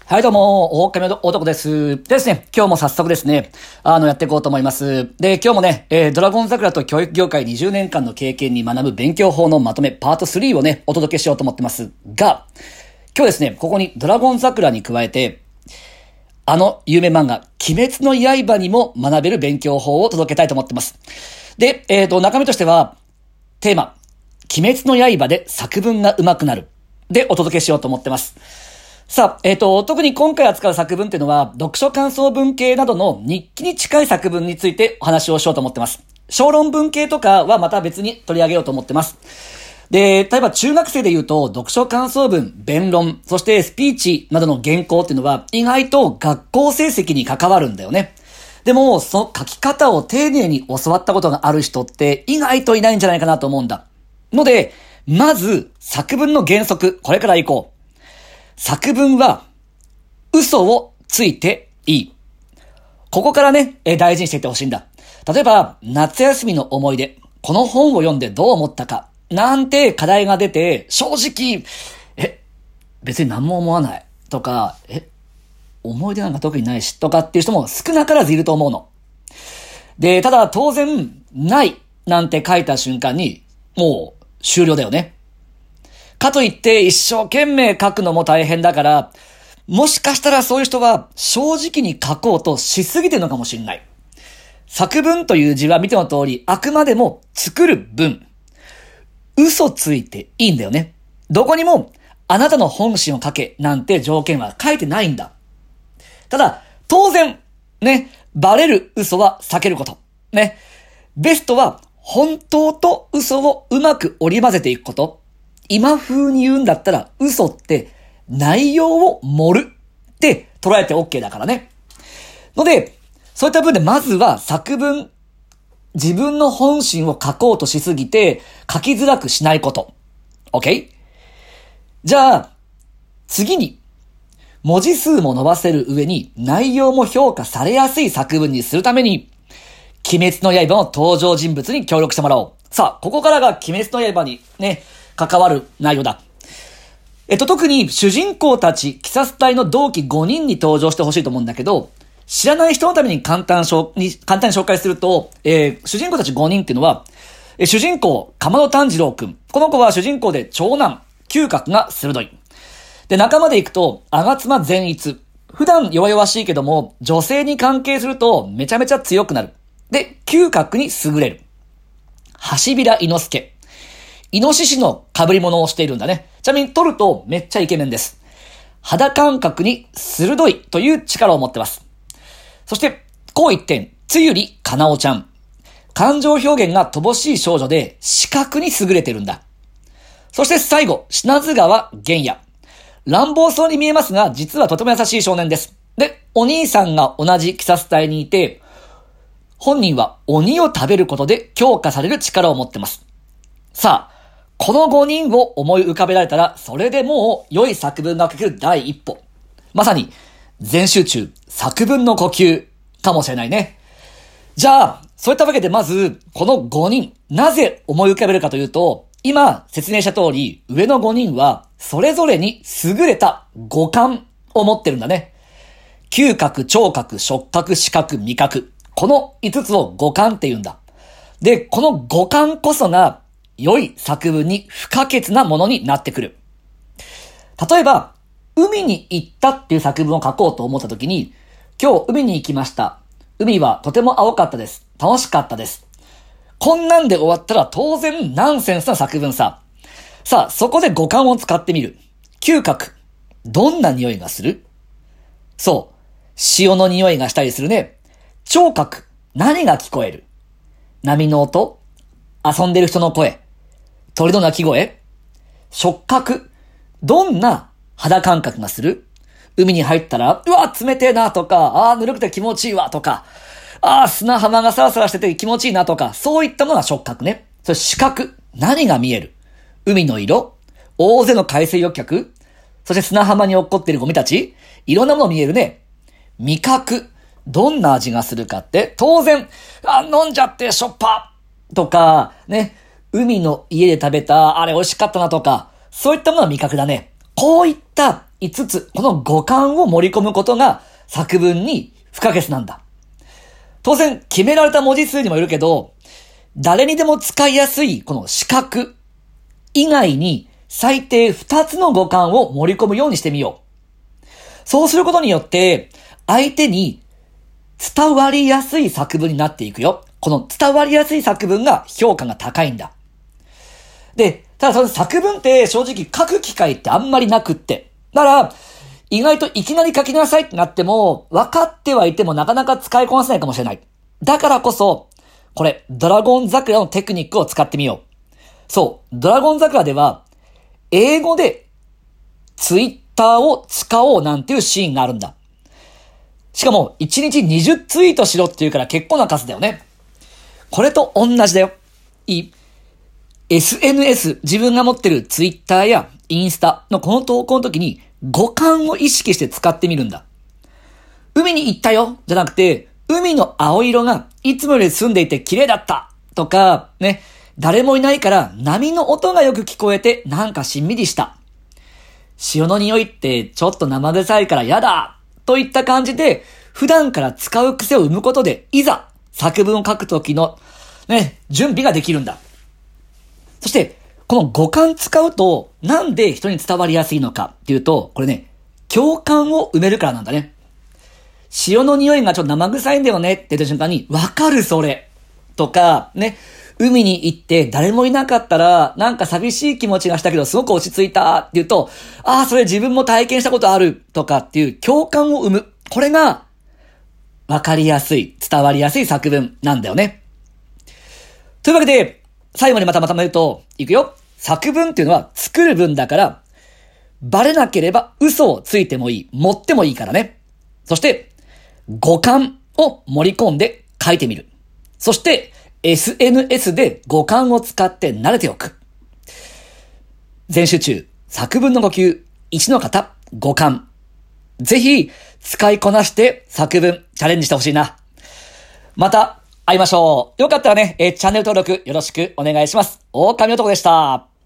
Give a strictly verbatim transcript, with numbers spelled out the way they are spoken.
はい、どうも、オオカミ男です。ですね、今日も早速ですね、あの、やっていこうと思います。で、今日もね、えー、ドラゴン桜と教育業界にじゅうねんかんの経験に学ぶ勉強法のまとめ、パートスリーをね、お届けしようと思ってますが、今日ですね、ここにドラゴン桜に加えて、あの有名漫画、鬼滅の刃にも学べる勉強法を届けたいと思ってます。で、えーと、中身としては、テーマ、鬼滅の刃で作文が上手くなる。で、お届けしようと思ってます。さあ、えっと、特に今回扱う作文っていうのは、読書感想文系などの日記に近い作文についてお話をしようと思ってます。小論文系とかはまた別に取り上げようと思ってます。で、例えば中学生で言うと、読書感想文、弁論、そしてスピーチなどの原稿っていうのは、意外と学校成績に関わるんだよね。でも、その書き方を丁寧に教わったことがある人って意外といないんじゃないかなと思うんだ。ので、まず、作文の原則、これからいこう。作文は、嘘をついていい。ここからね、え大事にしていってほしいんだ。例えば、夏休みの思い出、この本を読んでどう思ったか、なんて課題が出て、正直、え、別に何も思わない。とか、え、思い出なんか特にないし、とかっていう人も少なからずいると思うの。で、ただ当然、ない、なんて書いた瞬間に、もう終了だよね。かといって一生懸命書くのも大変だから、もしかしたらそういう人は正直に書こうとしすぎてるのかもしれない。作文という字は見ての通り、あくまでも作る文。嘘ついていいんだよね。どこにもあなたの本心を書けなんて条件は書いてないんだ。ただ、当然、ね、バレる嘘は避けること。ね。ベストは本当と嘘をうまく織り交ぜていくこと。今風に言うんだったら嘘って内容を盛るって捉えて OK だからね。ので、そういった部分でまずは作文、自分の本心を書こうとしすぎて書きづらくしないこと。OK？ じゃあ、次に文字数も伸ばせる上に内容も評価されやすい作文にするために鬼滅の刃の登場人物に協力してもらおう。さあ、ここからが鬼滅の刃にね、関わる内容だ。えっと、特に主人公たち、鬼殺隊の同期ごにんに登場してほしいと思うんだけど、知らない人のために簡単に、簡単に紹介すると、えー、主人公たちごにんっていうのは、えー、主人公、鎌野炭治郎くん。この子は主人公で長男、嗅覚が鋭い。で、仲間で行くと、吾妻善逸。普段弱々しいけども、女性に関係するとめちゃめちゃ強くなる。で、嗅覚に優れる。橋平伊之助。イノシシの被り物をしているんだね。ちなみに撮るとめっちゃイケメンです。肌感覚に鋭いという力を持ってます。そして、こう一点、つゆりかなおちゃん。感情表現が乏しい少女で視覚に優れてるんだ。そして最後、品津川玄也。乱暴そうに見えますが、実はとても優しい少年です。で、お兄さんが同じ鬼殺隊にいて、本人は鬼を食べることで強化される力を持ってます。さあ、このごにんを思い浮かべられたら、それでもう良い作文が書ける第一歩。まさに、全集中、作文の呼吸かもしれないね。じゃあ、そういったわけでまず、このごにん、なぜ思い浮かべるかというと、今説明した通り、上のごにんは、それぞれに優れた五感を持ってるんだね。嗅覚、聴覚、触覚、視覚、味覚。このいつつを五感って言うんだ。で、この五感こそが、良い作文に不可欠なものになってくる。例えば、海に行ったっていう作文を書こうと思った時に、今日海に行きました。海はとても青かったです。楽しかったです。こんなんで終わったら当然ナンセンスな作文さ。さあ、そこで五感を使ってみる。嗅覚。どんな匂いがする？そう。潮の匂いがしたりするね。聴覚。何が聞こえる？波の音？遊んでる人の声？鳥の鳴き声？触覚。どんな肌感覚がする？海に入ったら、うわ、冷てえなとか、ああ、ぬるくて気持ちいいわとか、ああ、砂浜がサラサラしてて気持ちいいなとか、そういったものが触覚ね。それ視覚。何が見える？海の色？大勢の海水浴客？そして砂浜に落っこってるゴミたち？いろんなもの見えるね。味覚。どんな味がするかって、当然、あ、飲んじゃってしょっぱとか、ね、海の家で食べた、あれ美味しかったなとか、そういったものは味覚だね。こういったいつつ、この五感を盛り込むことが作文に不可欠なんだ。当然、決められた文字数にもよるけど、誰にでも使いやすいこの視覚以外に最低ふたつの五感を盛り込むようにしてみよう。そうすることによって、相手に伝わりやすい作文になっていくよ。この伝わりやすい作文が評価が高いんだ。で、ただその作文って正直書く機会ってあんまりなくって。だから、意外といきなり書きなさいってなっても、分かってはいてもなかなか使いこなせないかもしれない。だからこそ、これ、ドラゴン桜のテクニックを使ってみよう。そう、ドラゴン桜では、英語でツイッターを使おうなんていうシーンがあるんだ。しかも、いちにちにじゅうツイートしろっていうから結構な数だよね。これと同じだよ。いい。エスエヌエス、自分が持ってるツイッターやインスタのこの投稿の時に五感を意識して使ってみるんだ。海に行ったよじゃなくて、海の青色がいつもより澄んでいて綺麗だったとか、ね、誰もいないから波の音がよく聞こえてなんかしんみりした。潮の匂いってちょっと生臭いからやだといった感じで、普段から使う癖を生むことで、いざ作文を書く時のね、準備ができるんだ。そして、この五感使うと、なんで人に伝わりやすいのかっていうと、これね、共感を埋めるからなんだね。潮の匂いがちょっと生臭いんだよねって言った瞬間に、わかるそれとか、ね、海に行って誰もいなかったら、なんか寂しい気持ちがしたけど、すごく落ち着いたって言うと、ああ、それ自分も体験したことあるとかっていう共感を生む。これが、わかりやすい、伝わりやすい作文なんだよね。というわけで、最後にまたまとめると、いくよ。作文っていうのは作る文だから、バレなければ嘘をついてもいい、持ってもいいからね。そして、五感を盛り込んで書いてみる。そして、エスエヌエス で五感を使って慣れておく。全集中、作文のごきゅう、いちの方、五感。ぜひ、使いこなして作文、チャレンジしてほしいな。また、会いましょう。よかったらね、えー、チャンネル登録よろしくお願いします。狼男でした。